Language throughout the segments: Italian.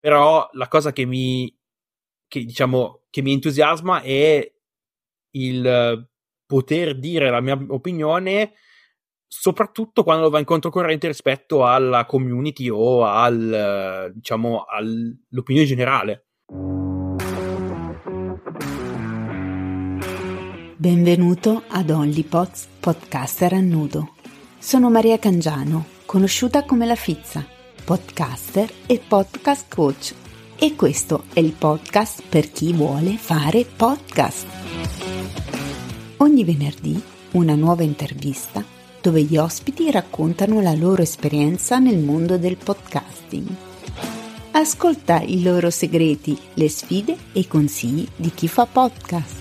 Però la cosa che mi entusiasma è il poter dire la mia opinione, soprattutto quando va in controcorrente rispetto alla community o all'opinione generale. Benvenuto ad OnlyPods Podcaster a nudo. Sono Maria Cangiano, conosciuta come La Fizza, podcaster e podcast coach. E questo è il podcast per chi vuole fare podcast. Ogni venerdì una nuova intervista dove gli ospiti raccontano la loro esperienza nel mondo del podcasting. Ascolta i loro segreti, le sfide e i consigli di chi fa podcast.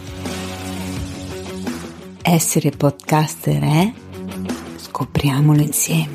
Essere podcaster è? Scopriamolo insieme.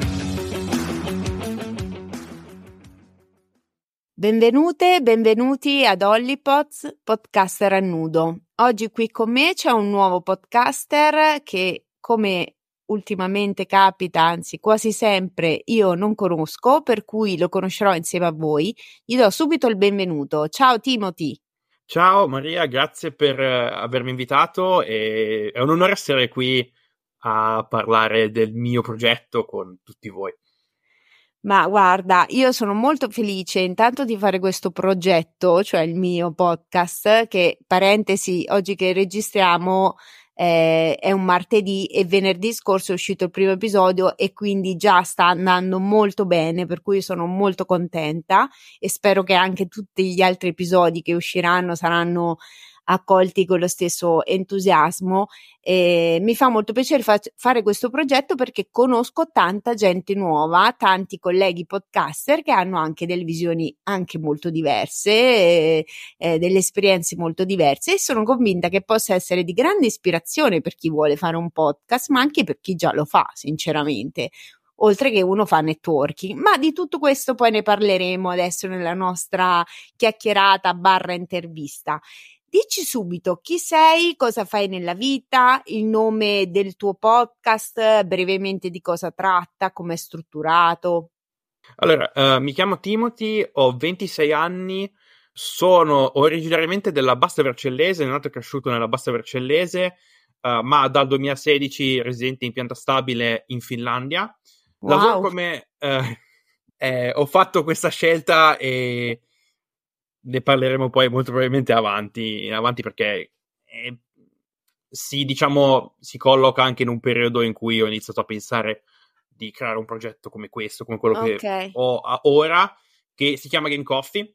Benvenuti ad OnlyPods Podcaster a nudo. Oggi qui con me c'è un nuovo podcaster che, come ultimamente capita, anzi quasi sempre, io non conosco, per cui lo conoscerò insieme a voi. Gli do subito il benvenuto. Ciao Timothy. Ciao Maria, grazie per avermi invitato, e è un onore essere qui a parlare del mio progetto con tutti voi. Ma guarda, io sono molto felice intanto di fare questo progetto, cioè il mio podcast, che, parentesi, oggi che registriamo è un martedì e venerdì scorso è uscito il primo episodio e quindi già sta andando molto bene, per cui sono molto contenta e spero che anche tutti gli altri episodi che usciranno saranno accolti con lo stesso entusiasmo. Mi fa molto piacere fare questo progetto perché conosco tanta gente nuova, tanti colleghi podcaster che hanno anche delle visioni anche molto diverse, delle esperienze molto diverse, e sono convinta che possa essere di grande ispirazione per chi vuole fare un podcast, ma anche per chi già lo fa, sinceramente, oltre che uno fa networking. Ma di tutto questo poi ne parleremo adesso nella nostra chiacchierata / intervista. Dici subito chi sei, cosa fai nella vita, il nome del tuo podcast, brevemente di cosa tratta, come è strutturato. Allora, mi chiamo Timothy, ho 26 anni, sono originariamente della Bassa Vercellese, nato e cresciuto nella Bassa Vercellese, ma dal 2016 residente in pianta stabile in Finlandia. Wow. Lavoro come... ho fatto questa scelta e ne parleremo poi molto probabilmente avanti perché si colloca anche in un periodo in cui ho iniziato a pensare di creare un progetto come questo, come quello che ho ora, che si chiama Game Coffee.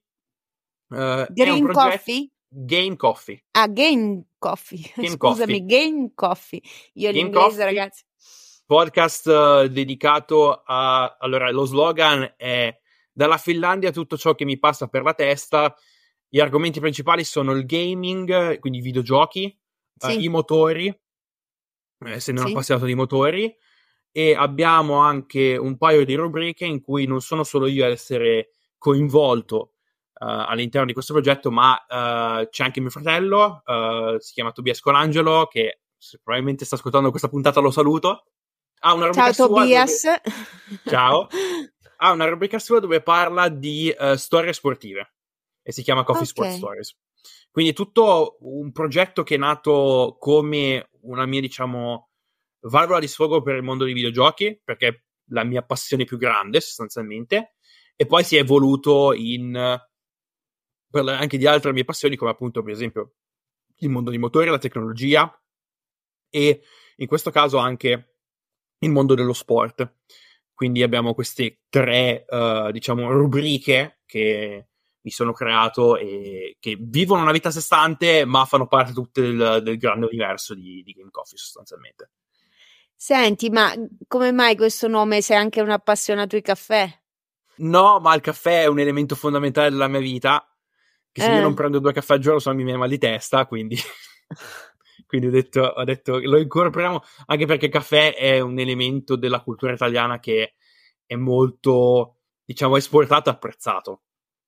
È un progetto... Coffee? Game Coffee. Ah, Game Coffee. Game Scusami, Coffee. Game Coffee. Io Game l'inglese, Coffee, ragazzi. Podcast dedicato a... Allora, lo slogan è: dalla Finlandia tutto ciò che mi passa per la testa. Gli argomenti principali sono il gaming, quindi i videogiochi, Sì. i motori, essendo un Sì. appassionato di motori, e abbiamo anche un paio di rubriche in cui non sono solo io ad essere coinvolto all'interno di questo progetto, ma c'è anche mio fratello, si chiama Tobias Colangelo, che se probabilmente sta ascoltando questa puntata lo saluto. Ha una rubrica Ciao Tobias. Ciao. Ha una rubrica sua dove parla di storie sportive e si chiama Coffee Sports Stories. Quindi è tutto un progetto che è nato come una mia, diciamo, valvola di sfogo per il mondo dei videogiochi, perché è la mia passione più grande sostanzialmente, e poi si è evoluto in parlare anche di altre mie passioni, come appunto per esempio il mondo dei motori, la tecnologia e in questo caso anche il mondo dello sport. Quindi abbiamo queste tre diciamo rubriche che mi sono creato e che vivono una vita a sé stante, ma fanno parte tutte del grande universo di Game Coffee sostanzialmente. Senti, ma come mai questo nome? Sei anche un appassionato di caffè? No, ma il caffè è un elemento fondamentale della mia vita, che se io non prendo 2 caffè al giorno mi viene mal di testa, quindi quindi ho detto lo incorporiamo, anche perché il caffè è un elemento della cultura italiana che è molto, diciamo, esportato e apprezzato.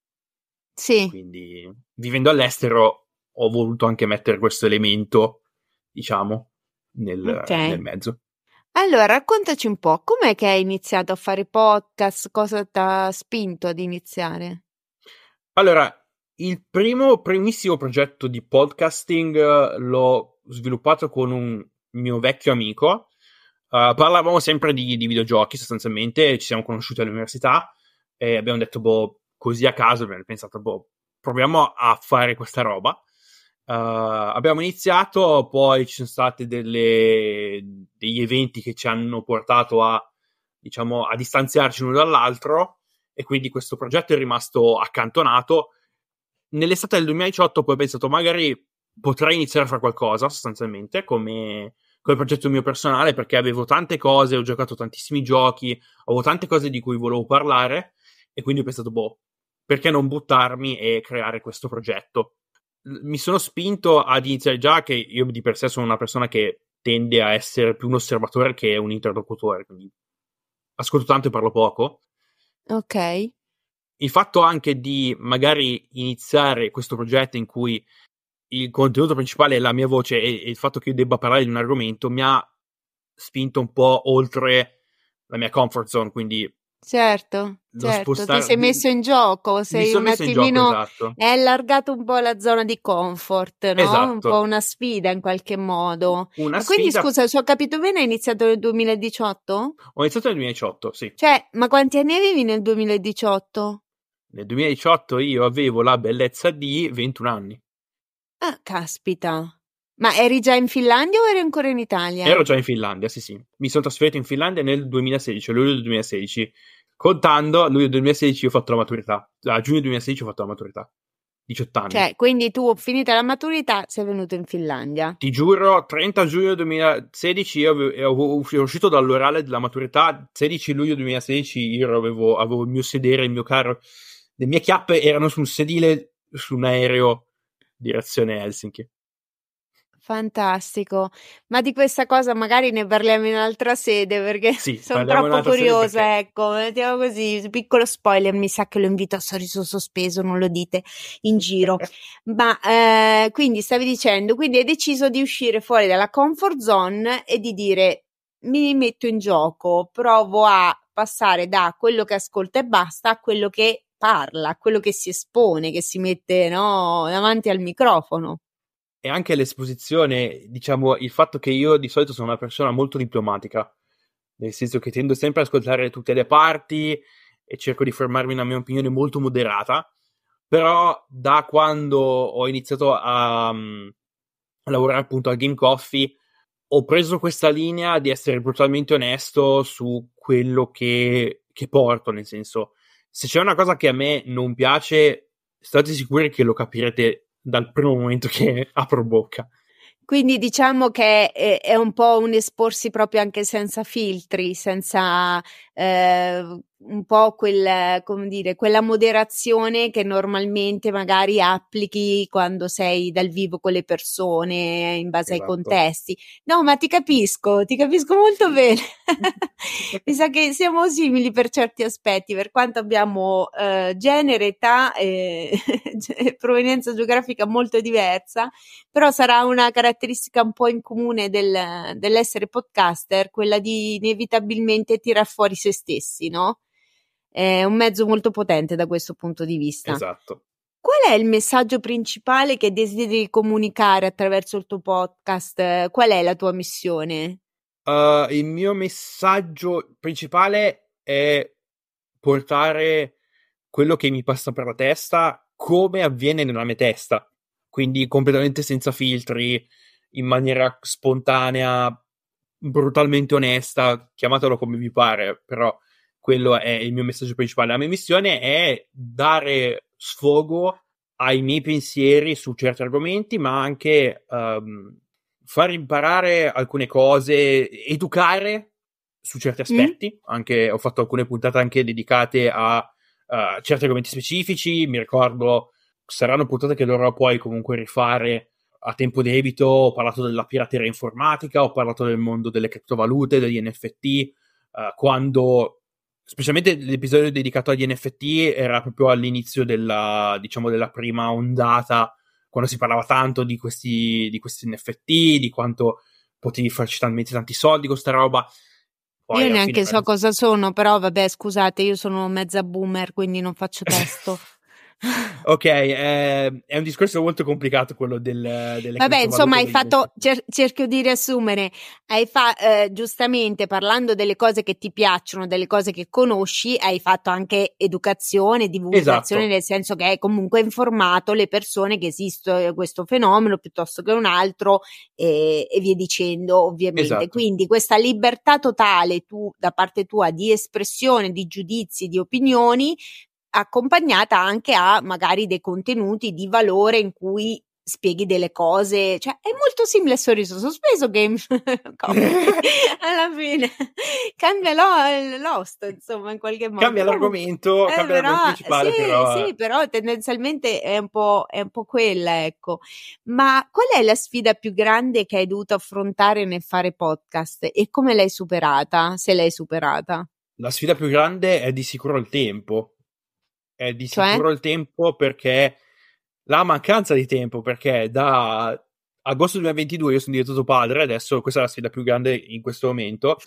Sì. Quindi vivendo all'estero ho voluto anche mettere questo elemento, diciamo, nel mezzo. Allora, raccontaci un po', com'è che hai iniziato a fare podcast? Cosa ti ha spinto ad iniziare? Allora, il primissimo progetto di podcasting l'ho sviluppato con un mio vecchio amico. Parlavamo sempre di videogiochi, sostanzialmente. Ci siamo conosciuti all'università e abbiamo detto, così a caso, abbiamo pensato, proviamo a fare questa roba. Abbiamo iniziato, poi ci sono stati degli eventi che ci hanno portato a, diciamo, a distanziarci l'uno dall'altro, e quindi questo progetto è rimasto accantonato. Nell'estate del 2018 poi ho pensato, magari potrei iniziare a fare qualcosa, sostanzialmente, come progetto mio personale, perché avevo tante cose, ho giocato tantissimi giochi, avevo tante cose di cui volevo parlare, e quindi ho pensato, perché non buttarmi e creare questo progetto? Mi sono spinto ad iniziare, già che io di per sé sono una persona che tende a essere più un osservatore che un interlocutore, quindi ascolto tanto e parlo poco. Ok. Il fatto anche di magari iniziare questo progetto in cui il contenuto principale è la mia voce e il fatto che io debba parlare di un argomento mi ha spinto un po' oltre la mia comfort zone, quindi Certo, lo certo, ti spostare. sei messo in gioco, Mi sei sono un messo in gioco, attimino, esatto. hai allargato un po' la zona di comfort, no? Un po' Esatto. una sfida in qualche modo. Una Ma quindi sfida. scusa, se ho capito bene, hai iniziato nel 2018? Ho iniziato nel 2018, sì. Cioè, ma quanti anni avevi nel 2018? Nel 2018 io avevo la bellezza di 21 anni. Ah, caspita. Ma eri già in Finlandia o eri ancora in Italia? Ero già in Finlandia, sì, sì. Mi sono trasferito in Finlandia nel 2016, luglio del 2016. Contando, luglio del 2016 ho fatto la maturità. A giugno 2016 ho fatto la maturità. 18 anni. Cioè, quindi tu, finita la maturità, sei venuto in Finlandia. Ti giuro, 30 giugno 2016 io ero uscito dall'orale della maturità, 16 luglio 2016 io avevo il mio sedere, il mio carro, le mie chiappe erano su un sedile su un aereo direzione Helsinki. Fantastico, ma di questa cosa magari ne parliamo in altra sede perché Sì, sono parliamo in troppo un'altra sede curiosa, perché ecco, mettiamo così, piccolo spoiler, mi sa che lo invito a Sorriso Sospeso, non lo dite in giro, ma quindi stavi dicendo, quindi hai deciso di uscire fuori dalla comfort zone e di dire mi metto in gioco, provo a passare da quello che ascolta e basta a quello che parla, a quello che si espone, che si mette, no, davanti al microfono. e anche l'esposizione, diciamo, il fatto che io di solito sono una persona molto diplomatica, nel senso che tendo sempre ad ascoltare tutte le parti e cerco di formarmi una mia opinione molto moderata, però da quando ho iniziato a lavorare appunto al Game Coffee ho preso questa linea di essere brutalmente onesto su quello che porto, nel senso, se c'è una cosa che a me non piace, state sicuri che lo capirete dal primo momento che apro bocca. Quindi diciamo che è un po' un esporsi proprio anche senza filtri, senza un po' come dire, quella moderazione che normalmente magari applichi quando sei dal vivo con le persone in base ai Esatto. contesti. No, ma ti capisco molto bene. Mi sa che siamo simili per certi aspetti, per quanto abbiamo genere, età e provenienza geografica molto diversa, però sarà una caratteristica un po' in comune dell'essere podcaster, quella di inevitabilmente tirar fuori se stessi, no? È un mezzo molto potente da questo punto di vista. Esatto. Qual è il messaggio principale che desideri comunicare attraverso il tuo podcast? Qual è la tua missione? Il mio messaggio principale è portare quello che mi passa per la testa come avviene nella mia testa, quindi completamente senza filtri, in maniera spontanea, brutalmente onesta, chiamatelo come vi pare, però quello è il mio messaggio principale. La mia missione è dare sfogo ai miei pensieri su certi argomenti, ma anche far imparare alcune cose, educare su certi aspetti. Anche, ho fatto alcune puntate anche dedicate a certi argomenti specifici. Mi ricordo, saranno puntate che dovrò poi comunque rifare a tempo debito. Ho parlato della pirateria informatica, ho parlato del mondo delle criptovalute, degli NFT, quando, specialmente l'episodio dedicato agli NFT era proprio all'inizio diciamo, della prima ondata, quando si parlava tanto di questi NFT, di quanto potevi farci talmente tanti soldi con sta roba. Poi Io alla fine neanche so cosa sono, però vabbè, scusate, io sono mezza boomer, quindi non faccio testo. Ok, è un discorso molto complicato quello delle vabbè, insomma, hai fatto, criptovalute. cerchio di riassumere, giustamente parlando delle cose che ti piacciono, delle cose che conosci, hai fatto anche educazione, divulgazione, Esatto. nel senso che hai comunque informato le persone che esiste questo fenomeno piuttosto che un altro e via dicendo, ovviamente. Esatto. Quindi questa libertà totale da parte tua di espressione, di giudizi, di opinioni, accompagnata anche a magari dei contenuti di valore in cui spieghi delle cose, cioè è molto simile a Sorriso Sospeso Game Comedy alla fine cambia l'host, insomma, in qualche modo. Cambia l'argomento Però principale, però sì, però tendenzialmente è un po' quella, ecco. Ma qual è la sfida più grande che hai dovuto affrontare nel fare podcast e come l'hai superata, se l'hai superata? la sfida più grande è di sicuro il tempo. È di Cioè? sicuro il tempo, perché la mancanza di tempo, perché da agosto 2022 io sono diventato padre, adesso questa è la sfida più grande in questo momento,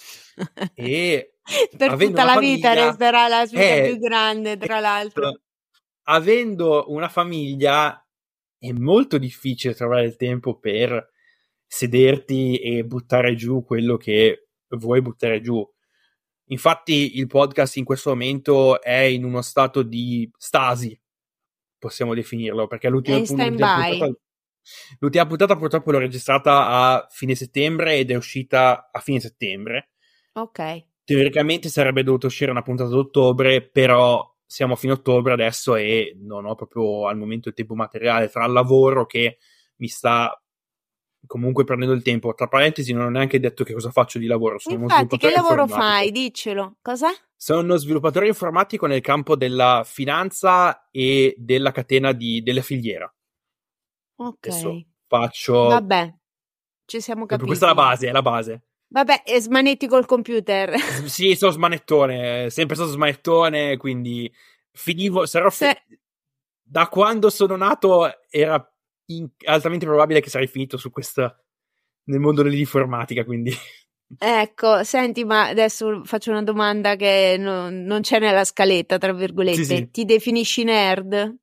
e Per avendo tutta una la vita famiglia resterà la sfida più è, grande, tra l'altro. avendo una famiglia è molto difficile trovare il tempo per sederti e buttare giù quello che vuoi buttare giù. Infatti il podcast in questo momento è in uno stato di stasi, possiamo definirlo, perché È in stand-by. l'ultima puntata purtroppo l'ho registrata a fine settembre ed è uscita a fine settembre. Ok. Teoricamente sarebbe dovuta uscire una puntata d'ottobre, però siamo a fine ottobre adesso e non ho proprio al momento il tempo materiale tra il lavoro che mi sta comunque prendendo il tempo. Tra parentesi, non ho neanche detto che cosa faccio di lavoro, sono uno Infatti, che sviluppatore lavoro fai? informatico. Diccelo. Cosa? Sono uno sviluppatore informatico nel campo della finanza e della catena della filiera. Ok. Adesso faccio. Vabbè, ci siamo Proprio questa è la capiti. base, è la base. Vabbè, e smanetti col computer. Sì, sono smanettone, sempre stato smanettone, quindi finivo. Se... Da quando sono nato era altamente probabile che sarei finito su questa. Nel mondo dell'informatica, quindi. Ecco, senti, ma adesso faccio una domanda che non c'è nella scaletta, tra Sì, virgolette. sì. Ti definisci nerd?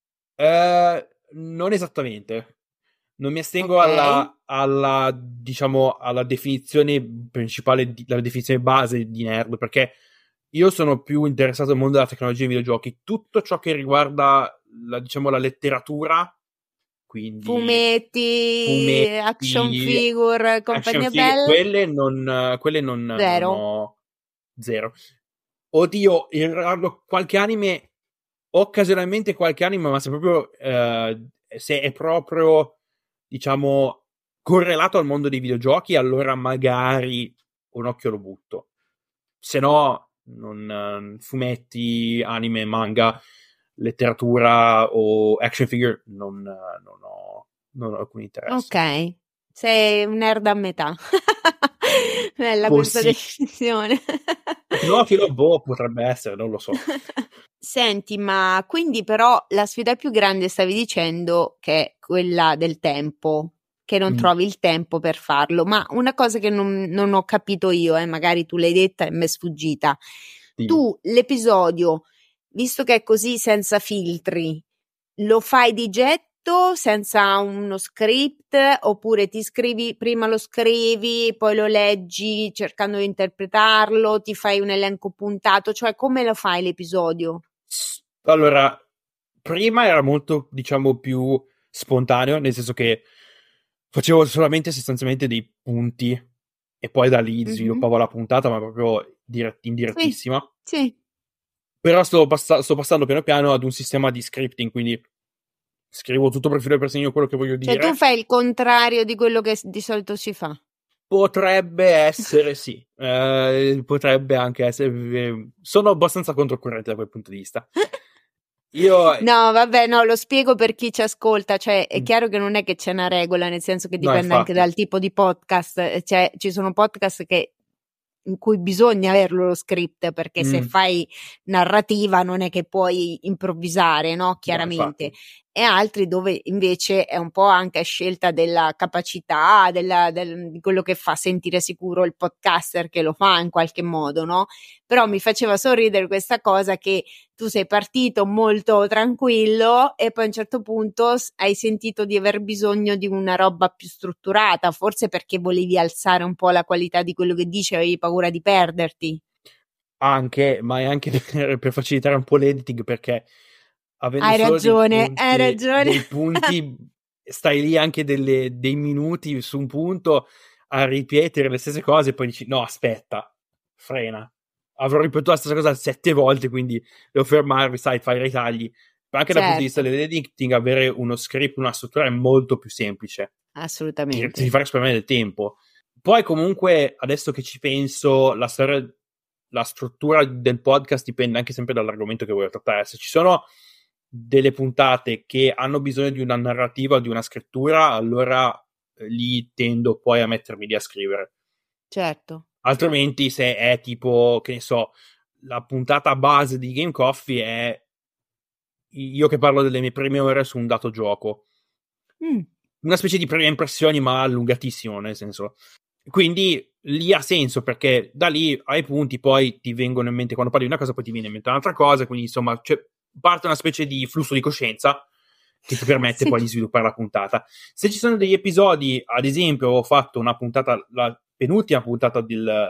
Non esattamente. Non mi astengo Ok. diciamo, alla definizione principale, la definizione base di nerd, perché io sono più interessato al mondo della tecnologia e dei videogiochi. Tutto ciò che riguarda, diciamo, la letteratura, quindi Fumetti, action fumetti, figure, action compagnia figure, bella? quelle non Zero. ho zero. Oddio, qualche anime, occasionalmente qualche anime, ma se è proprio, diciamo, correlato al mondo dei videogiochi, allora magari un occhio lo butto. Se no, fumetti, anime, manga, letteratura o action figure non ho alcun interesse. Ok, sei un nerd a metà. Bella questa Sì, definizione. tecnofilo, boh, potrebbe essere, non lo so. Senti, ma quindi però la sfida più grande stavi dicendo che è quella del tempo, che non Mm, trovi il tempo per farlo, ma una cosa che non ho capito io, magari tu l'hai detta e mi è sfuggita. sì. Tu l'episodio, visto che è così senza filtri, lo fai di getto senza uno script oppure ti scrivi, prima lo scrivi, poi lo leggi cercando di interpretarlo, ti fai un elenco puntato, cioè come lo fai l'episodio? Allora, prima era molto, diciamo, più spontaneo, nel senso che facevo solamente sostanzialmente dei punti e poi da lì Mhm. sviluppavo la puntata, ma proprio in Sì, direttissima. sì. Però sto passando piano piano ad un sistema di scripting, quindi scrivo tutto per filo e per segno quello che voglio Cioè tu dire. fai il contrario di quello che di solito si fa. Potrebbe essere sì, potrebbe anche essere. Sono abbastanza controcorrente da quel punto di vista. Io. No, vabbè, no, lo spiego per chi ci ascolta, cioè è chiaro che non è che c'è una regola, nel senso che No, dipende anche infatti. dal tipo di podcast, cioè ci sono podcast in cui bisogna averlo lo script, perché se Mm, fai narrativa non è che puoi improvvisare, no? no, Chiaramente. infatti. e altri dove invece è un po' anche scelta della capacità, di quello che fa sentire sicuro il podcaster che lo fa in qualche modo, no? Però mi faceva sorridere questa cosa che tu sei partito molto tranquillo e poi a un certo punto hai sentito di aver bisogno di una roba più strutturata, forse perché volevi alzare un po' la qualità di quello che dici, avevi paura di perderti. Anche, ma è anche per facilitare un po' l'editing, perché avendo Hai solo ragione, hai ragione. dei punti, stai lì anche dei minuti su un punto a ripetere le stesse cose e poi dici no, aspetta, frena. Avrò ripetuto la stessa cosa 7 volte, quindi devo fermarmi, sai, fare i ritagli. Ma anche dal punto di vista Certo, dell'editing, avere uno script, una struttura è molto più semplice. Ti assolutamente. fa risparmiare del tempo. Poi comunque, adesso che ci penso, la struttura del podcast dipende anche sempre dall'argomento che vuoi trattare. Se ci sono delle puntate che hanno bisogno di una narrativa, di una scrittura, allora lì tendo poi a mettermi lì a scrivere. Certo. Altrimenti, se è tipo, che ne so, la puntata base di Game Coffee è io che parlo delle mie prime ore su un dato gioco. Mm. Una specie di prime impressioni, ma allungatissimo, nel senso. Quindi lì ha senso, perché da lì ai punti poi ti vengono in mente, quando parli di una cosa poi ti viene in mente un'altra cosa, quindi insomma parte una specie di flusso di coscienza che ti permette Sì. poi di sviluppare la puntata. Se ci sono degli episodi, ad esempio ho fatto una puntata, la penultima puntata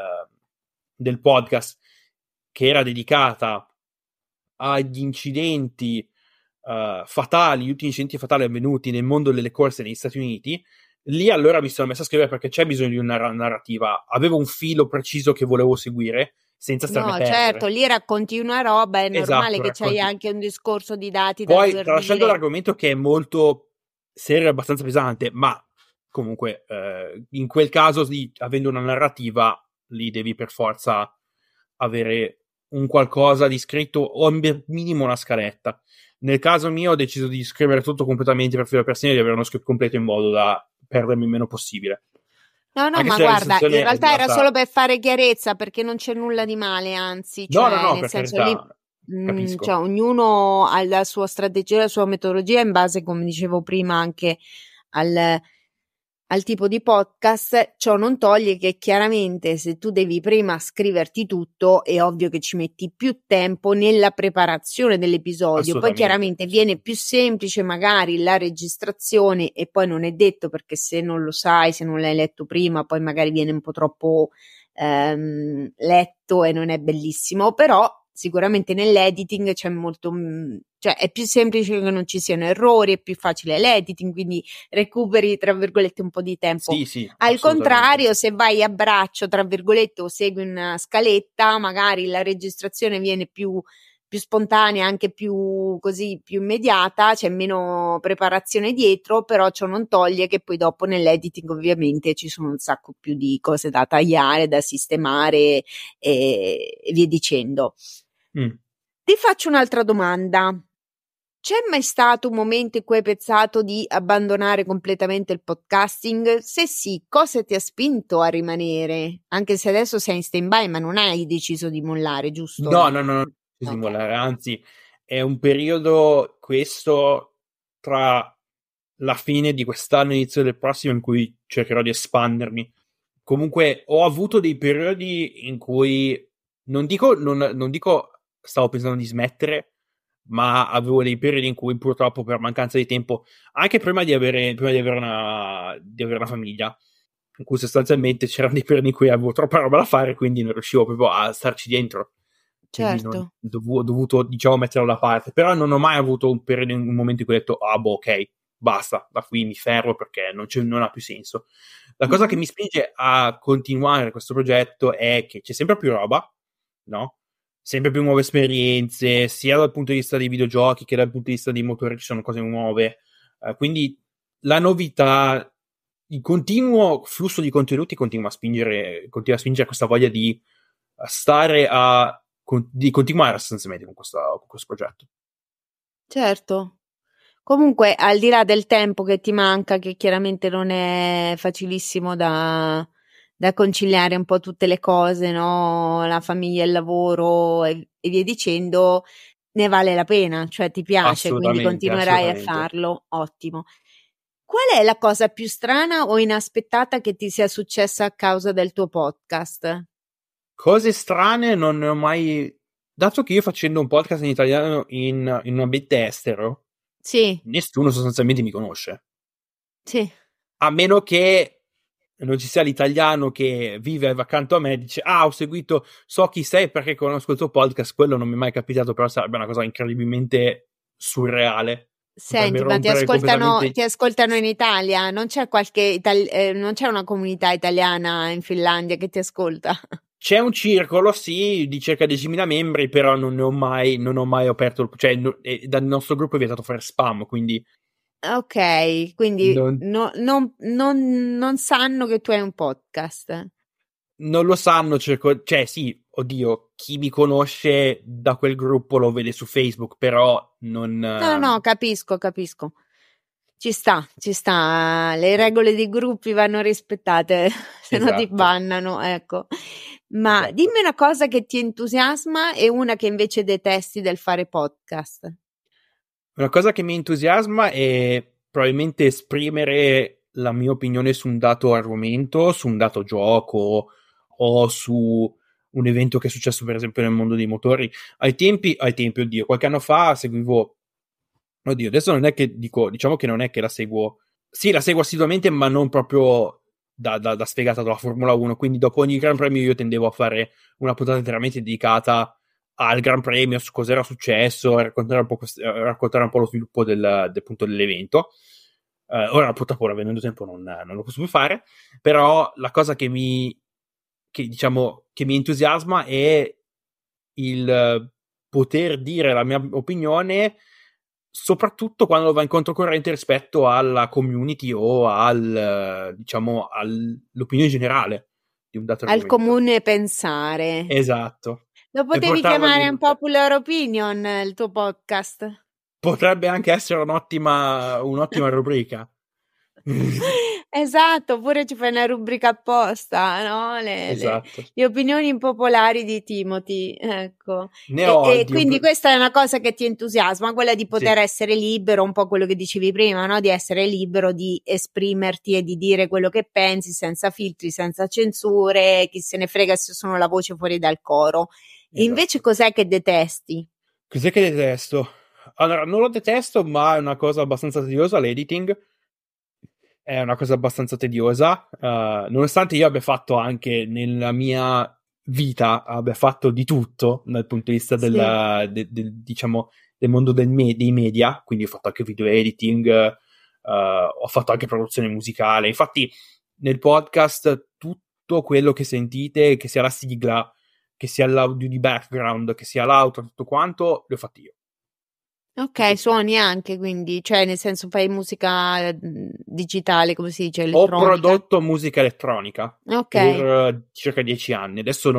del podcast, che era dedicata agli incidenti fatali, gli ultimi incidenti fatali avvenuti nel mondo delle corse negli Stati Uniti. Lì allora mi sono messo a scrivere, perché c'è bisogno di una narrativa. Avevo un filo preciso che volevo seguire senza starmi a No, certo, perdere. lì racconti una roba, è normale Esatto, che c'hai racconti. anche un discorso di dati da Poi, dover tralasciando dire. l'argomento che è molto serio e abbastanza pesante, ma comunque in quel caso, avendo una narrativa, lì devi per forza avere un qualcosa di scritto o al minimo una scaletta. Nel caso mio ho deciso di scrivere tutto completamente per filo per segno, di avere uno script completo in modo da perdermi il meno possibile. No, no, Anche ma se la guarda, in registrazione è realtà era solo durata... per fare chiarezza, perché non c'è nulla di male, anzi, No, no, cioè, no, nel per senso lì, carità, cioè, capisco. ognuno ha la sua strategia, la sua metodologia in base, come dicevo prima, anche al, al tipo di podcast. Ciò non toglie che chiaramente se tu devi prima scriverti tutto, è ovvio che ci metti più tempo nella preparazione dell'episodio, poi Assolutamente, chiaramente viene assolutamente. più semplice magari la registrazione, e poi non è detto, perché se non lo sai, se non l'hai letto prima, poi magari viene un po' troppo letto e non è bellissimo, però sicuramente nell'editing c'è molto, cioè è più semplice che non ci siano errori, è più facile l'editing, quindi recuperi tra virgolette un po' di tempo. Sì, sì, Al assolutamente. contrario, se vai a braccio tra virgolette o segui una scaletta, magari la registrazione viene più spontanea, anche più così, più immediata, c'è meno preparazione dietro, però ciò non toglie che poi dopo nell'editing ovviamente ci sono un sacco più di cose da tagliare, da sistemare e via dicendo. Mm. Ti faccio un'altra domanda. C'è mai stato un momento in cui hai pensato di abbandonare completamente il podcasting? Se sì, cosa ti ha spinto a rimanere? Anche se adesso sei in stand-by, ma non hai deciso di mollare, giusto? No, no, no, no, di Ok. mollare, anzi, è un periodo questo tra la fine di quest'anno e l'inizio del prossimo in cui cercherò di espandermi. Comunque ho avuto dei periodi in cui non dico stavo pensando di smettere, ma avevo dei periodi in cui purtroppo per mancanza di tempo, anche prima di avere una famiglia, in cui sostanzialmente c'erano dei periodi in cui avevo troppa roba da fare, quindi non riuscivo proprio a starci dentro. Quindi Certo, ho dovuto, diciamo, metterlo da parte. Però non ho mai avuto un periodo, un momento in cui ho detto, ah, boh, ok, basta, da qui mi fermo perché non ha più senso. La cosa che mhm, mi spinge a continuare questo progetto è che c'è sempre più roba, no? Sempre più nuove esperienze, sia dal punto di vista dei videogiochi che dal punto di vista dei motori, ci sono cose nuove. Quindi la novità, il continuo flusso di contenuti continua a spingere questa voglia di stare di continuare sostanzialmente con questo progetto. certo. Comunque, al di là del tempo che ti manca, che chiaramente non è facilissimo da conciliare un po' tutte le cose, no? La famiglia, il lavoro e via dicendo, ne vale la pena, cioè ti piace, quindi Assolutamente, continuerai a assolutamente. farlo, ottimo. Qual è la cosa più strana o inaspettata che ti sia successa a causa del tuo podcast? Cose strane non ne ho mai... Dato che io facendo un podcast in italiano in un ambiente estero, Sì, nessuno sostanzialmente mi conosce. sì. A meno che non ci sia l'italiano che vive accanto a me e dice ho seguito, so chi sei perché conosco il tuo podcast. Quello non mi è mai capitato, però sarebbe una cosa incredibilmente surreale. Potrebbe Senti, ma rompere completamente... ti ascoltano in Italia? Non c'è non c'è una comunità italiana in Finlandia che ti ascolta? C'è un circolo, sì, di circa 10.000 membri, però non ho mai aperto, cioè dal nostro gruppo è vietato fare spam, quindi Ok, quindi non, non sanno che tu hai un podcast. non lo sanno, cioè sì, oddio, chi mi conosce da quel gruppo lo vede su Facebook, però non... No, no, capisco, capisco. Ci sta, le regole dei gruppi vanno rispettate, se no ti Esatto, bannano, ecco. Ma esatto. dimmi una cosa che ti entusiasma e una che invece detesti del fare podcast. Una cosa che mi entusiasma è probabilmente esprimere la mia opinione su un dato argomento, su un dato gioco o su un evento che è successo per esempio nel mondo dei motori. Ai tempi, oddio, qualche anno fa seguivo, oddio, adesso non è che dico, diciamo che non è che la seguo, sì, la seguo assiduamente, ma non proprio da sfegata dalla Formula 1, quindi dopo ogni Gran Premio io tendevo a fare una puntata interamente dedicata al Gran Premio, su cosa era successo, raccontare un po' lo sviluppo appunto dell'evento. Ora purtroppo avendo tempo non lo posso più fare, però la cosa diciamo che mi entusiasma è il poter dire la mia opinione, soprattutto quando va in controcorrente rispetto alla community o diciamo all'opinione generale di un dato Al argomento. comune pensare. Esatto. Lo E potevi portarlo chiamare lì. un popular opinion il tuo podcast. Potrebbe anche essere un'ottima rubrica. Esatto, oppure ci fai una rubrica apposta, no? Esatto. Le opinioni impopolari di Timothy, ecco. Ne ho E di un... quindi questa è una cosa che ti entusiasma, quella di poter Sì, essere libero, un po' quello che dicevi prima, no? Di essere libero di esprimerti e di dire quello che pensi senza filtri, senza censure, chi se ne frega se sono la voce fuori dal coro. E invece esatto. cos'è che detesti? Cos'è che detesto? Allora, non lo detesto, ma è una cosa abbastanza tediosa, l'editing. È una cosa abbastanza tediosa, nonostante io abbia fatto anche nella mia vita, abbia fatto di tutto dal punto di vista Sì. diciamo, del mondo dei media, quindi ho fatto anche video editing, ho fatto anche produzione musicale. Infatti, nel podcast, tutto quello che sentite, che sia la sigla, che sia l'audio di background, che sia l'auto, tutto quanto, l'ho fatto io. Tutto Ok, io. suoni anche, quindi, cioè nel senso fai musica digitale, come si dice, Ho elettronica. prodotto musica elettronica Ok, per circa 10 anni. Adesso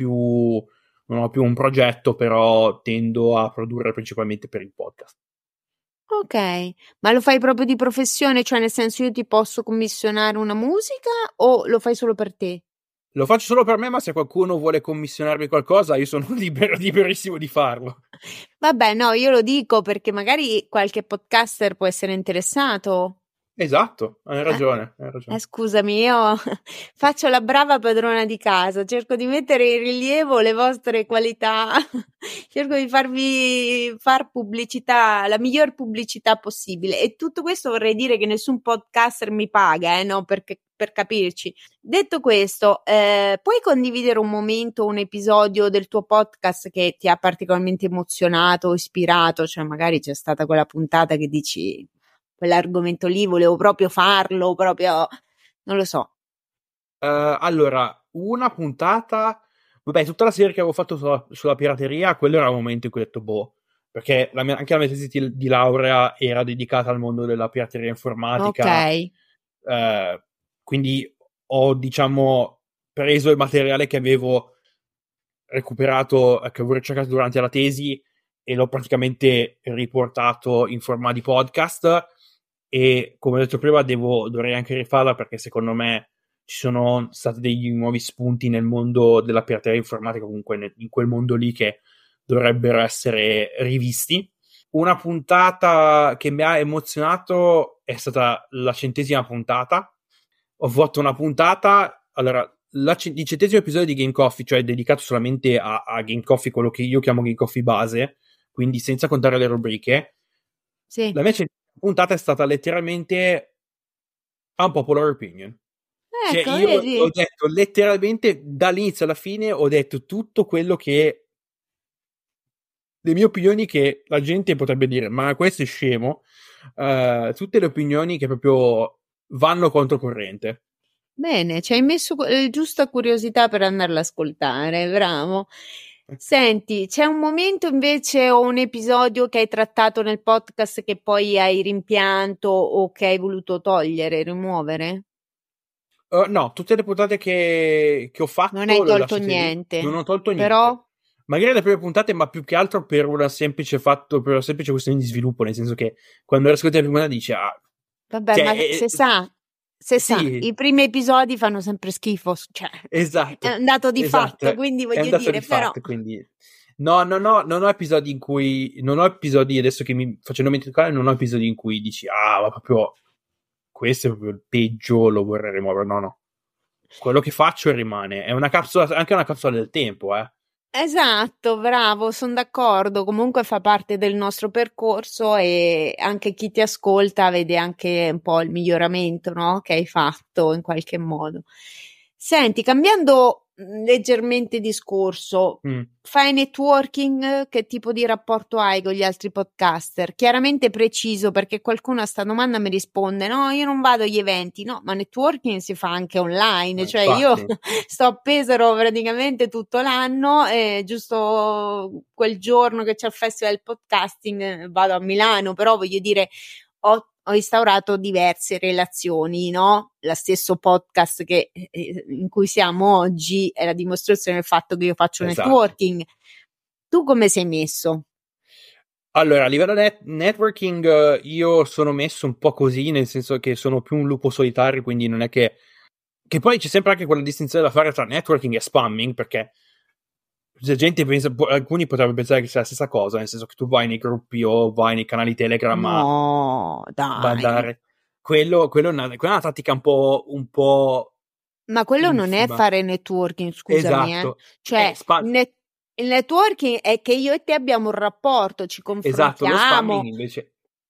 non ho più un progetto, però tendo a produrre principalmente per il podcast. ok, ma lo fai proprio di professione, cioè nel senso io ti posso commissionare una musica o lo fai solo per te? Lo faccio solo per me, ma se qualcuno vuole commissionarmi qualcosa, io sono liberissimo di farlo. Vabbè, no, io lo dico perché magari qualche podcaster può essere interessato. Esatto, hai Eh, ragione, hai ragione. scusami, io faccio la brava padrona di casa, cerco di mettere in rilievo le vostre qualità, cerco di far pubblicità, la miglior pubblicità possibile. E tutto questo vorrei dire che nessun podcaster mi paga, no? Perché, per capirci. Detto questo, puoi condividere un momento, un episodio del tuo podcast che ti ha particolarmente emozionato, ispirato? Cioè, magari c'è stata quella puntata che dici quell'argomento lì, volevo proprio farlo, proprio, non lo so. Allora, una puntata... Vabbè, tutta la serie che avevo fatto sulla pirateria, quello era il momento in cui ho detto, boh, perché anche la mia tesi di laurea era dedicata al mondo della pirateria Ok, informatica, eh, quindi ho, diciamo, preso il materiale che avevo recuperato, che avevo ricercato durante la tesi e l'ho praticamente riportato in forma di podcast e come ho detto prima dovrei anche rifarla perché secondo me ci sono stati degli nuovi spunti nel mondo della pirateria informatica, comunque in quel mondo lì che dovrebbero essere rivisti. Una puntata che mi ha emozionato è stata la 100ª puntata. Ho fatto una puntata, allora, il 100° episodio di Game Coffee, cioè dedicato solamente a Game Coffee, quello che io chiamo Game Coffee base, quindi senza contare le rubriche. Sì. La mia 100ª puntata è stata letteralmente unpopular opinion. Cioè, Ecco, io vedi? ho detto letteralmente dall'inizio alla fine, ho detto tutto quello che le mie opinioni, che la gente potrebbe dire ma questo è scemo, tutte le opinioni che proprio vanno controcorrente. Bene, ci hai messo giusta curiosità per andarla ad ascoltare, bravo. Senti, c'è un momento invece o un episodio che hai trattato nel podcast che poi hai rimpianto o che hai voluto togliere, rimuovere? No, tutte le puntate che ho Non hai fatto le ho tolto lasciate lì, non niente, ho tolto però niente. Magari le prime puntate, ma più che altro per una semplice questione di sviluppo, nel senso che quando ascolti la prima puntata dici vabbè, cioè, ma se sa, sì, i primi episodi fanno sempre schifo, cioè è esatto, un dato di esatto, fatto, quindi è un voglio dato di dire, però fatto, quindi no, non ho episodi in cui, non ho episodi, adesso che mi facendo mente non ho episodi in cui dici ma proprio questo è proprio il peggio, lo vorrei rimuovere. No, quello che faccio rimane, è una capsula, anche una capsula del tempo, esatto, bravo, sono d'accordo. Comunque fa parte del nostro percorso e anche chi ti ascolta vede anche un po' il miglioramento, no? Che hai fatto in qualche modo. Senti, cambiando leggermente discorso, Mm. fai networking? Che tipo di rapporto hai con gli altri podcaster? Chiaramente preciso, perché qualcuno a sta domanda mi risponde: no, io non vado agli eventi. No, ma networking si fa anche online, cioè io Infatti, sto a Pesaro praticamente tutto l'anno e giusto quel giorno che c'è il festival del podcasting vado a Milano, però voglio dire ho instaurato diverse relazioni, no? Lo stesso podcast in cui siamo oggi è la dimostrazione del fatto che io faccio esatto. networking. Tu come sei messo? Allora, a livello networking, io sono messo un po' così, nel senso che sono più un lupo solitario, quindi non è che poi c'è sempre anche quella distinzione da fare tra networking e spamming, perché la gente pensa, alcuni potrebbero pensare che sia la stessa cosa, nel senso che tu vai nei gruppi o vai nei canali Telegram a No, dai. mandare. Quella è una tattica un po' Ma quello non è infima. fare networking, scusami, eh. Esatto. Cioè, il networking è che io e te abbiamo un rapporto, ci Esatto, lo spamming confrontiamo. invece.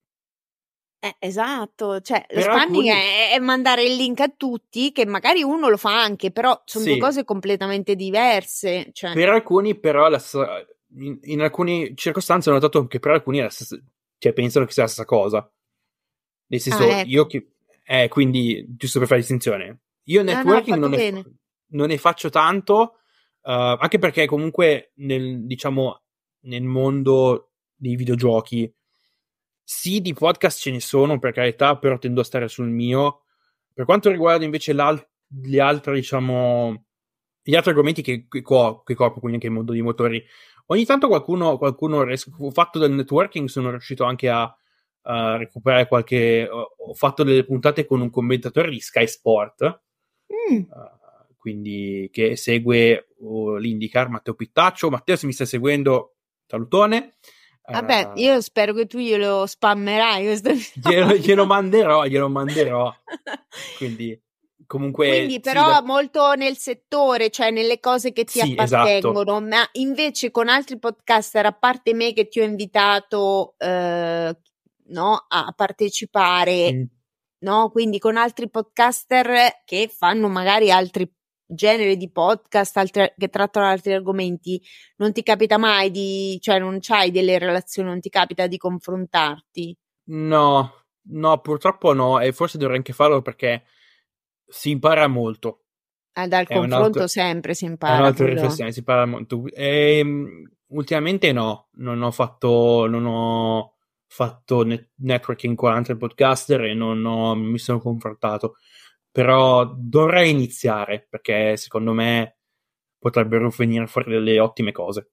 Esatto, cioè lo Per spamming alcuni, è mandare il link a tutti, che magari uno lo fa anche, però sono due sì, cose completamente diverse. Cioè, per alcuni però in alcune circostanze ho notato che per alcuni è la stessa, cioè pensano che sia la stessa cosa. Nel senso, io ecco, che quindi giusto per fare distinzione. Io no, no, ho networking fatto bene. non ne faccio tanto, anche perché comunque diciamo nel mondo dei videogiochi sì, di podcast ce ne sono, per carità, però tendo a stare sul mio. Per quanto riguarda invece gli altri, diciamo, gli altri argomenti che copro, quindi anche il mondo dei motori, ogni tanto ho fatto del networking, sono riuscito anche a recuperare ho fatto delle puntate con un commentatore di Sky Sport, Mm. quindi che segue l'IndyCar, Matteo Pittaccio. Matteo, se mi stai seguendo, salutone. Vabbè, io spero che tu glielo spammerai questo Glielo episodio. manderò. Quindi, comunque, Quindi, sì, però, molto nel settore, cioè nelle cose che ti sì, esatto. appartengono, ma invece con altri podcaster, a parte me che ti ho invitato, no, a partecipare, Mm. no? Quindi con altri podcaster che fanno magari altri generi di podcast, che trattano altri argomenti, non ti capita mai cioè non c'hai delle relazioni, non ti capita di confrontarti? No, no, purtroppo no, e forse dovrei anche farlo perché si impara molto. Dal È confronto sempre si è impara, un'altra quello. riflessione, si impara molto. Ultimamente no, non ho fatto networking con altri podcaster e mi sono confrontato. Però dovrei iniziare perché secondo me potrebbero venire fuori delle ottime cose.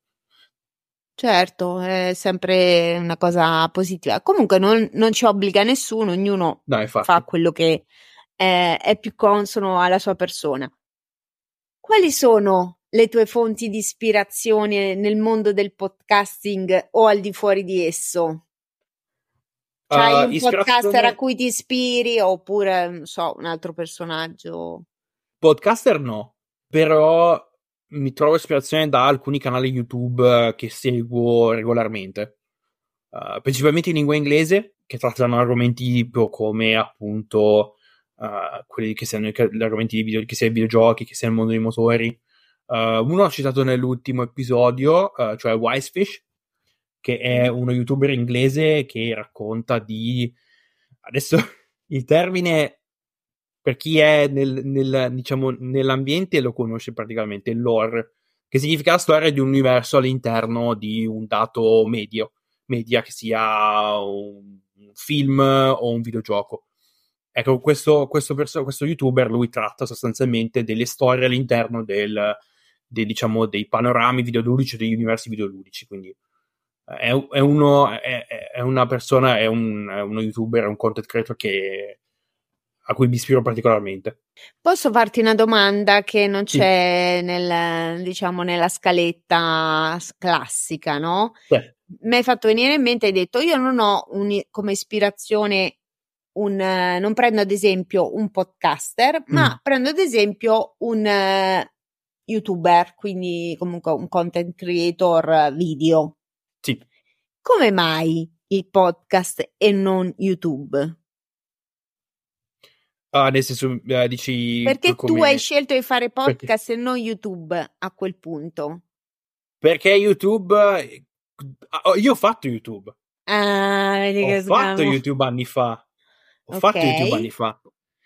Certo, è sempre una cosa positiva. Comunque non ci obbliga nessuno, ognuno No, fa infatti. quello che è più consono alla sua persona. Quali sono le tue fonti di ispirazione nel mondo del podcasting o al di fuori di esso? C'hai un podcaster a cui ti ispiri oppure, non so, un altro personaggio? Podcaster no, però mi trovo ispirazione da alcuni canali YouTube che seguo regolarmente, principalmente in lingua inglese, che trattano argomenti tipo come appunto quelli che siano gli argomenti di video, che sia i videogiochi, che sia il mondo dei motori. Uno ho citato nell'ultimo episodio, cioè Wisefish, che è uno youtuber inglese che racconta di... Adesso il termine, per chi è diciamo, nell'ambiente lo conosce praticamente, il lore, che significa la storia di un universo all'interno di un dato media, che sia un film o un videogioco. Ecco, questo youtuber, lui tratta sostanzialmente delle storie all'interno diciamo, dei panorami videoludici, degli universi videoludici, quindi è una persona, è uno youtuber, è un content creator a cui mi ispiro particolarmente. Posso farti una domanda che non Sì. c'è diciamo, nella scaletta classica, no? Mi hai fatto venire in mente, hai detto, io non ho come ispirazione non prendo ad esempio un podcaster, ma prendo ad esempio un YouTuber, quindi comunque un content creator video. Sì. Come mai il podcast e non YouTube? Nel senso, dici... Perché come... tu hai scelto di fare podcast e non YouTube a quel punto? Perché YouTube... io ho fatto YouTube. Vedi che Fatto YouTube anni fa. Fatto YouTube anni fa.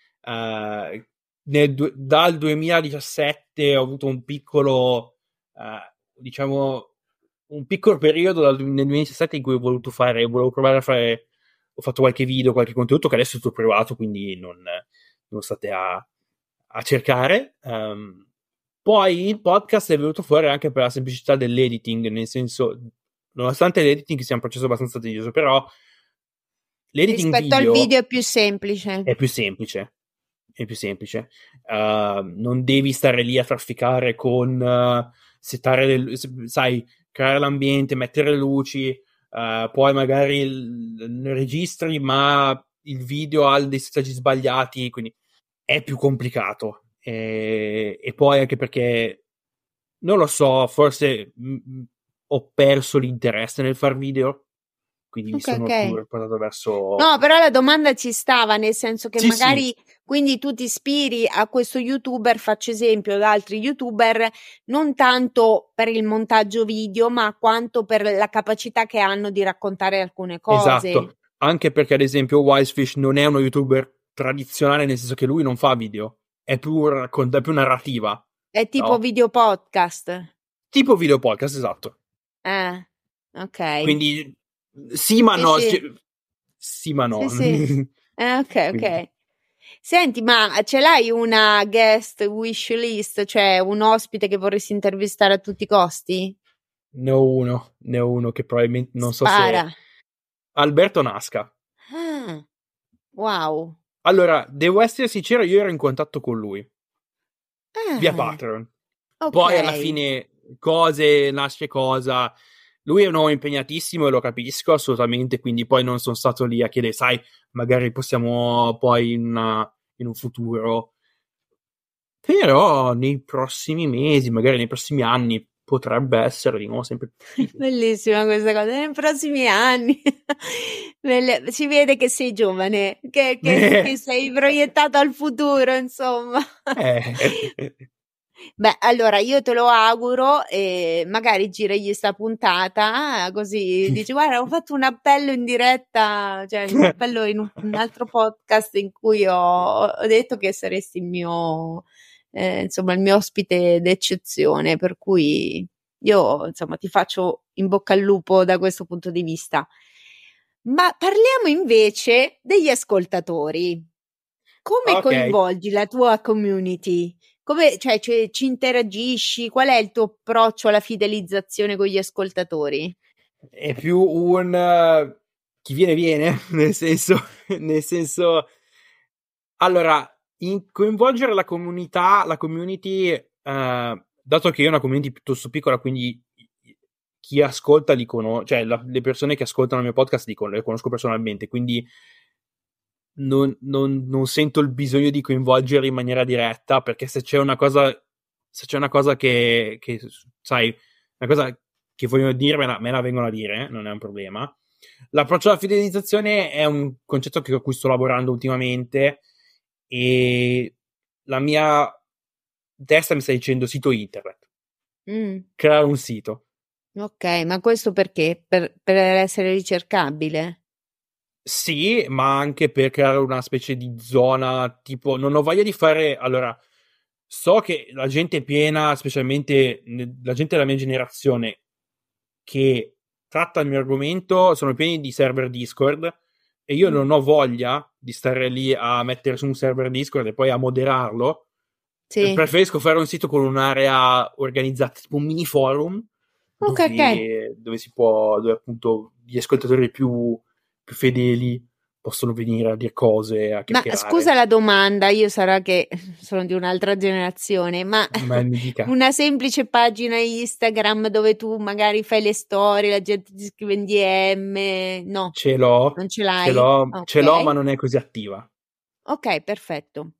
Dal 2017 ho avuto un piccolo... diciamo... un piccolo periodo nel 2017 in cui volevo provare a fare... Ho fatto qualche video, qualche contenuto che adesso è tutto privato, quindi non state a cercare. Poi il podcast è venuto fuori anche per la semplicità dell'editing, nel senso, nonostante l'editing sia un processo abbastanza tedioso, però l'editing rispetto al video è più semplice. È più semplice. È più semplice. Non devi stare lì a trafficare con settare sai, creare l'ambiente, mettere le luci, poi magari registri, ma il video ha dei settaggi sbagliati, quindi è più complicato. E poi anche perché non lo so, forse ho perso l'interesse nel far video, quindi mi sono più riportato verso... No, però la domanda ci stava, nel senso che sì, magari sì. Quindi tu ti ispiri a questo YouTuber, faccio esempio ad altri YouTuber, non tanto per il montaggio video, ma quanto per la capacità che hanno di raccontare alcune cose. Esatto, anche perché ad esempio Wisefish non è uno YouTuber tradizionale, nel senso che lui non fa video, è più narrativa. È tipo no? video podcast. Tipo video podcast, esatto. Ok. Quindi sì, ma no. Sì. Sì, ma no. Sì. Ok. Senti, ma ce l'hai una guest wish list, cioè un ospite che vorresti intervistare a tutti i costi? Ne ho uno che probabilmente non Spara. so se... Alberto Nasca. Wow. Allora, devo essere sincero, io ero in contatto con lui. Via Patreon. Okay. Poi alla fine nasce cosa. Lui è un uomo impegnatissimo e lo capisco assolutamente, quindi poi non sono stato lì a chiedere, sai, magari possiamo poi in un futuro. Però nei prossimi mesi, magari nei prossimi anni, potrebbe essere di nuovo sempre più. Bellissima questa cosa, nei prossimi anni. Si vede che sei giovane, che sei proiettato al futuro, insomma. Beh, allora io te lo auguro e magari giragli sta puntata, così dici guarda, ho fatto un appello in diretta, cioè un appello in un altro podcast in cui ho detto che saresti il mio, insomma, il mio ospite d'eccezione, per cui io, insomma, ti faccio in bocca al lupo da questo punto di vista. Ma parliamo invece degli ascoltatori. Come coinvolgi la tua community? Come, cioè, ci interagisci? Qual è il tuo approccio alla fidelizzazione con gli ascoltatori? È più un chi viene, nel senso allora, coinvolgere la community dato che io ho una community piuttosto piccola, quindi chi ascolta cioè le persone che ascoltano il mio podcast le conosco personalmente, quindi non sento il bisogno di coinvolgerli in maniera diretta, perché se c'è una cosa che sai, una cosa che vogliono dire, me la vengono a dire, non è un problema. L'approccio alla fidelizzazione è un concetto a cui sto lavorando ultimamente, e la mia testa mi sta dicendo sito internet, creare un sito. Ok, ma questo perché? Per essere ricercabile? Sì, ma anche per creare una specie di zona, tipo, non ho voglia di fare, allora, so che la gente è piena, specialmente la gente della mia generazione, che tratta il mio argomento, sono pieni di server Discord, e io non ho voglia di stare lì a mettere su un server Discord e poi a moderarlo. Sì. Preferisco fare un sito con un'area organizzata, tipo un mini forum, Ok. dove appunto gli ascoltatori più fedeli possono venire a dire cose, a Ma chiacchierare. scusa la domanda, io sarà che sono di un'altra generazione, ma Mi dica. una semplice pagina Instagram dove tu magari fai le storie, la gente ti scrive in DM, no, Ce l'ho, non ce l'hai? ce l'ho, ma Ok, non è così attiva. ok, perfetto.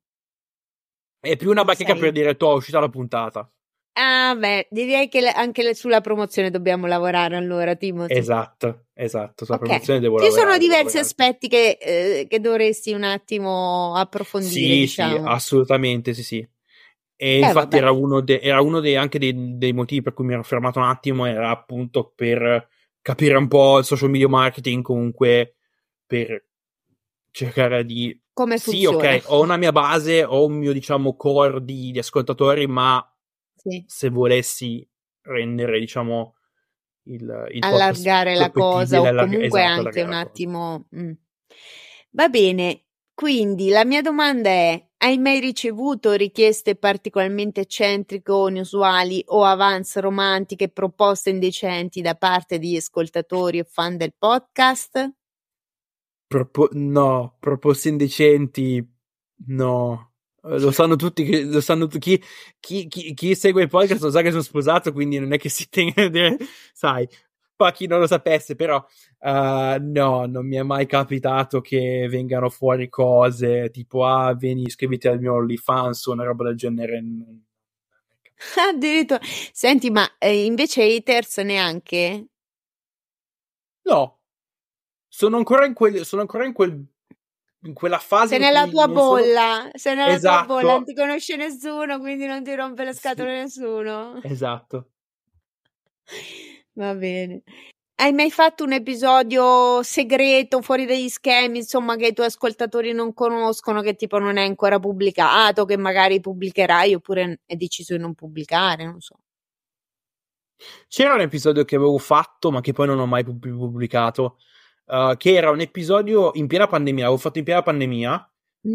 È più una Ci bacheca per sei. dire, è uscita la puntata. Ah, beh, direi che anche sulla promozione dobbiamo lavorare allora, Timothy. Esatto, sulla Ok, promozione devo ci sono lavorare. diversi aspetti che dovresti un attimo approfondire, Sì, diciamo. assolutamente, sì. E infatti Vabbè. era uno anche dei motivi per cui mi ero fermato un attimo, era appunto per capire un po' il social media marketing, comunque per cercare di... Come Sì, funziona? ok, ho una mia base, ho un mio, diciamo, core di ascoltatori, ma Sì. se volessi rendere, diciamo, il podcast Allargare più la cosa appetibile, o comunque anche allargare un la cosa. attimo. Va bene, quindi la mia domanda è: hai mai ricevuto richieste particolarmente eccentriche o inusuali o avance romantiche, proposte indecenti da parte di ascoltatori o fan del podcast? No, proposte indecenti, no. Lo sanno tutti, chi segue il podcast lo sa che sono sposato, quindi non è che si tenga a dire, sai, fa chi non lo sapesse, però no, non mi è mai capitato che vengano fuori cose tipo, vieni, iscriviti al mio OnlyFans o una roba del genere. Addirittura. Senti, ma invece haters neanche? No, sono ancora in quella fase Sei in nella cui tua non sono bolla, sei nella tua bolla, non esatto. ti conosce nessuno, quindi non ti rompe le Sì, scatole nessuno. esatto. Va bene. Hai mai fatto un episodio segreto, fuori dagli schemi, insomma, che i tuoi ascoltatori non conoscono, che tipo non è ancora pubblicato, che magari pubblicherai oppure hai deciso di non pubblicare, non so. C'era un episodio che avevo fatto, ma che poi non ho mai più pubblicato, che era un episodio in piena pandemia, l'avevo fatto in piena pandemia,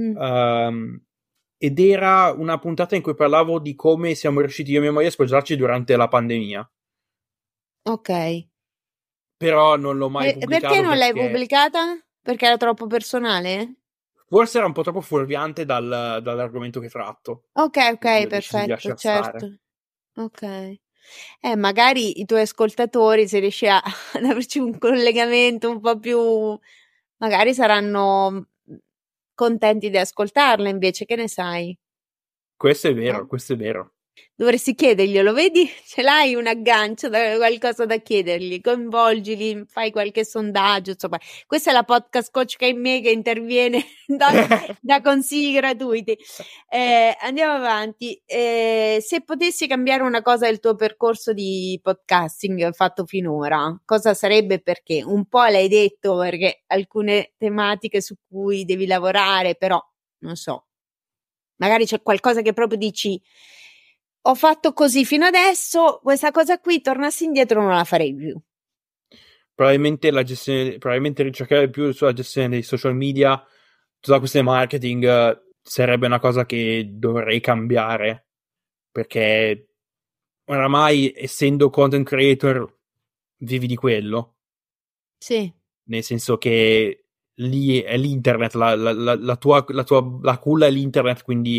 ed era una puntata in cui parlavo di come siamo riusciti io e mia moglie a sposarci durante la pandemia. Ok. Però non l'ho mai E perché pubblicato non l'hai perché pubblicata? Perché era troppo personale? forse era un po' troppo fuorviante dall'argomento che tratto. Ok, Quindi ok, ho deciso di perfetto, lasciar stare. certo. Ok. Magari i tuoi ascoltatori, se riesci ad averci un collegamento un po' più, magari saranno contenti di ascoltarla invece, che ne sai? Questo è vero, No? questo è vero. Dovresti chiederglielo, vedi? Ce l'hai un aggancio, qualcosa da chiedergli, coinvolgili, fai qualche sondaggio, insomma. Questa è la podcast coach che è in me che interviene da consigli gratuiti. Andiamo avanti. Se potessi cambiare una cosa del tuo percorso di podcasting fatto finora, cosa sarebbe e perché? Un po' l'hai detto perché alcune tematiche su cui devi lavorare, però non so. Magari c'è qualcosa che proprio dici: ho fatto così fino adesso, questa cosa qui, tornassi indietro non la farei più. Probabilmente ricercare più sulla gestione dei social media, tutta la questione marketing, sarebbe una cosa che dovrei cambiare, perché oramai, essendo content creator, vivi di quello, Sì. nel senso che lì è l'internet, la culla è l'internet, quindi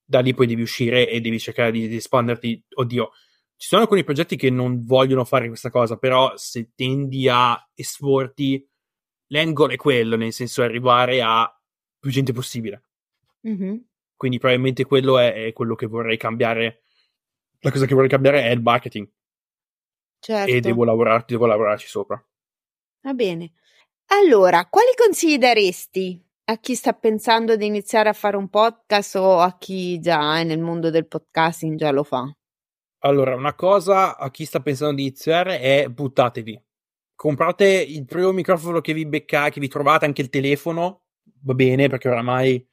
da lì poi devi uscire e devi cercare di espanderti. Oddio, ci sono alcuni progetti che non vogliono fare questa cosa, però se tendi a esporti, l'angle è quello, nel senso arrivare a più gente possibile. Mm-hmm. Quindi probabilmente quello è quello che vorrei cambiare. La cosa che vorrei cambiare è il marketing. Certo. E devo lavorarci sopra. Va bene. Allora, quali consigli daresti a chi sta pensando di iniziare a fare un podcast o a chi già è nel mondo del podcasting, già lo fa? Allora, una cosa a chi sta pensando di iniziare è buttatevi. Comprate il primo microfono che vi trovate, anche il telefono, va bene, perché oramai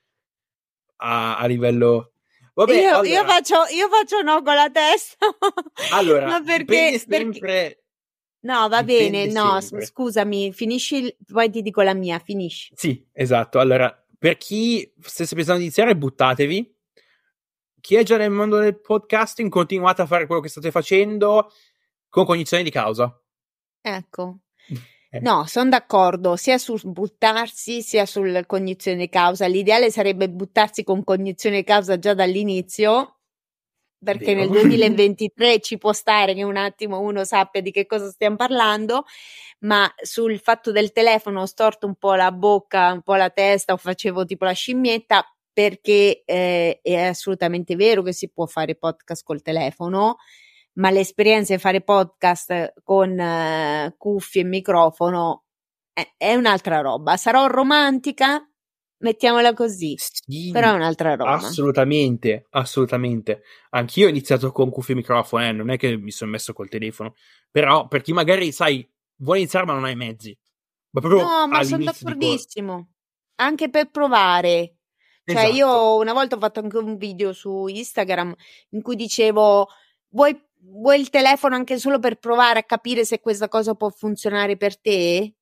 a livello... Vabbè, io faccio no con la testa. Allora, ma perché? Sempre... No, va bene, no, sempre. Scusami, finisci, poi ti dico la mia, finisci. Sì, esatto. Allora, per chi stesse pensando di iniziare, buttatevi. Chi è già nel mondo del podcasting, continuate a fare quello che state facendo con cognizione di causa. Ecco. No, sono d'accordo, sia sul buttarsi sia sul cognizione di causa. L'ideale sarebbe buttarsi con cognizione di causa già dall'inizio, perché nel 2023 ci può stare che un attimo uno sappia di che cosa stiamo parlando, ma sul fatto del telefono ho storto un po' la bocca, un po' la testa, o facevo tipo la scimmietta, perché è assolutamente vero che si può fare podcast col telefono, ma l'esperienza di fare podcast con cuffie e microfono è un'altra roba. Sarò romantica? Mettiamola così. Sì, però è un'altra roba. Assolutamente. Anch'io ho iniziato con cuffie e microfono, non è che mi sono messo col telefono. Però per chi magari, sai, vuole iniziare ma non ha i mezzi. Ma proprio no, ma sono d'accordissimo. Anche per provare. Cioè, esatto. io una volta ho fatto anche un video su Instagram in cui dicevo: vuoi il telefono anche solo per provare a capire se questa cosa può funzionare per te?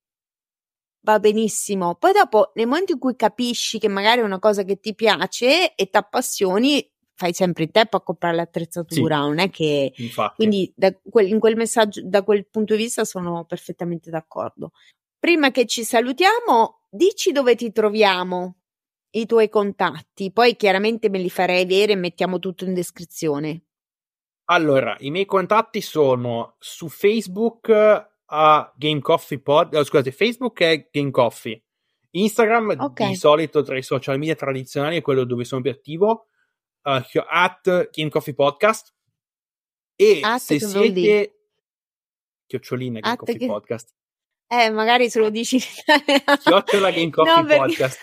Va benissimo. Poi dopo, nel momento in cui capisci che magari è una cosa che ti piace e ti appassioni, fai sempre in tempo a comprare l'attrezzatura, Sì, non è che... infatti. Quindi in quel messaggio, da quel punto di vista sono perfettamente d'accordo. Prima che ci salutiamo, dici dove ti troviamo, i tuoi contatti, poi chiaramente me li farei avere e mettiamo tutto in descrizione. Allora, i miei contatti sono su Facebook a Game Coffee scusate, Facebook è Game Coffee. Instagram, Okay. Di solito tra i social media tradizionali è quello dove sono più attivo, at Game Coffee Podcast. E se siete chiocciolina Game Coffee Podcast. Magari se lo dici Chiocciola Game Coffee Podcast.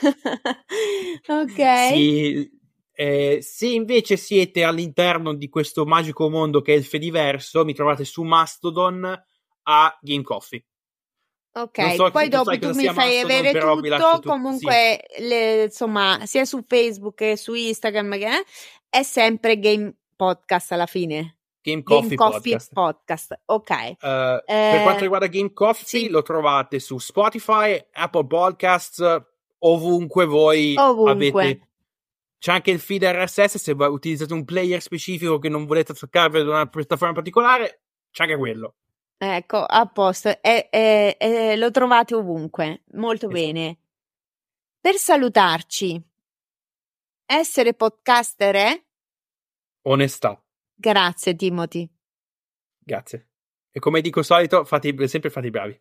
Ok. Sì, se invece siete all'interno di questo magico mondo che è il Fediverso, mi trovate su Mastodon a Game Coffee. Ok, so poi dopo tu mi fai Mastodon, avere tutto, comunque sì. Insomma, sia su Facebook che su Instagram è sempre Game Podcast alla fine. Game Coffee Podcast. Ok. Per quanto riguarda Game Coffee, sì, lo trovate su Spotify, Apple Podcasts, ovunque voi avete. C'è anche il feed RSS, se utilizzate un player specifico che non volete attaccarvi ad una piattaforma particolare, c'è anche quello. Ecco, a posto, lo trovate ovunque, molto bene. Per salutarci, essere podcaster è? Onestà. Grazie Timothy. Grazie. E come dico solito, sempre fate i bravi.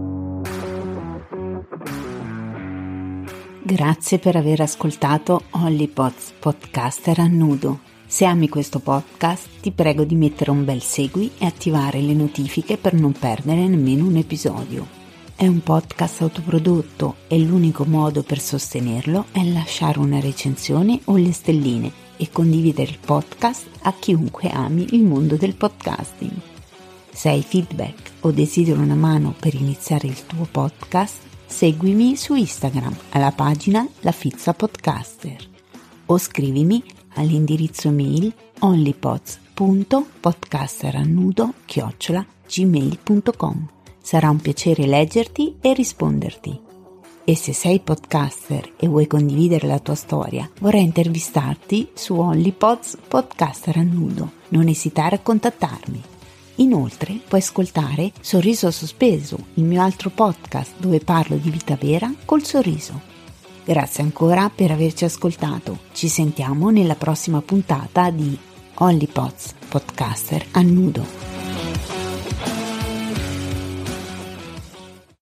Grazie per aver ascoltato Hollypods Podcaster a nudo. Se ami questo podcast, ti prego di mettere un bel segui e attivare le notifiche per non perdere nemmeno un episodio. È un podcast autoprodotto e l'unico modo per sostenerlo è lasciare una recensione o le stelline e condividere il podcast a chiunque ami il mondo del podcasting. Se hai feedback o desideri una mano per iniziare il tuo podcast, seguimi su Instagram alla pagina La Fizza Podcaster o scrivimi all'indirizzo mail onlypods.podcasterannudo@gmail.com. Sarà un piacere leggerti e risponderti. E se sei podcaster e vuoi condividere la tua storia, vorrei intervistarti su Hollypods Podcaster a nudo. Non esitare a contattarmi. Inoltre puoi ascoltare Sorriso Sospeso, il mio altro podcast dove parlo di vita vera col sorriso. Grazie ancora per averci ascoltato. Ci sentiamo nella prossima puntata di Holly Potts, podcaster a nudo.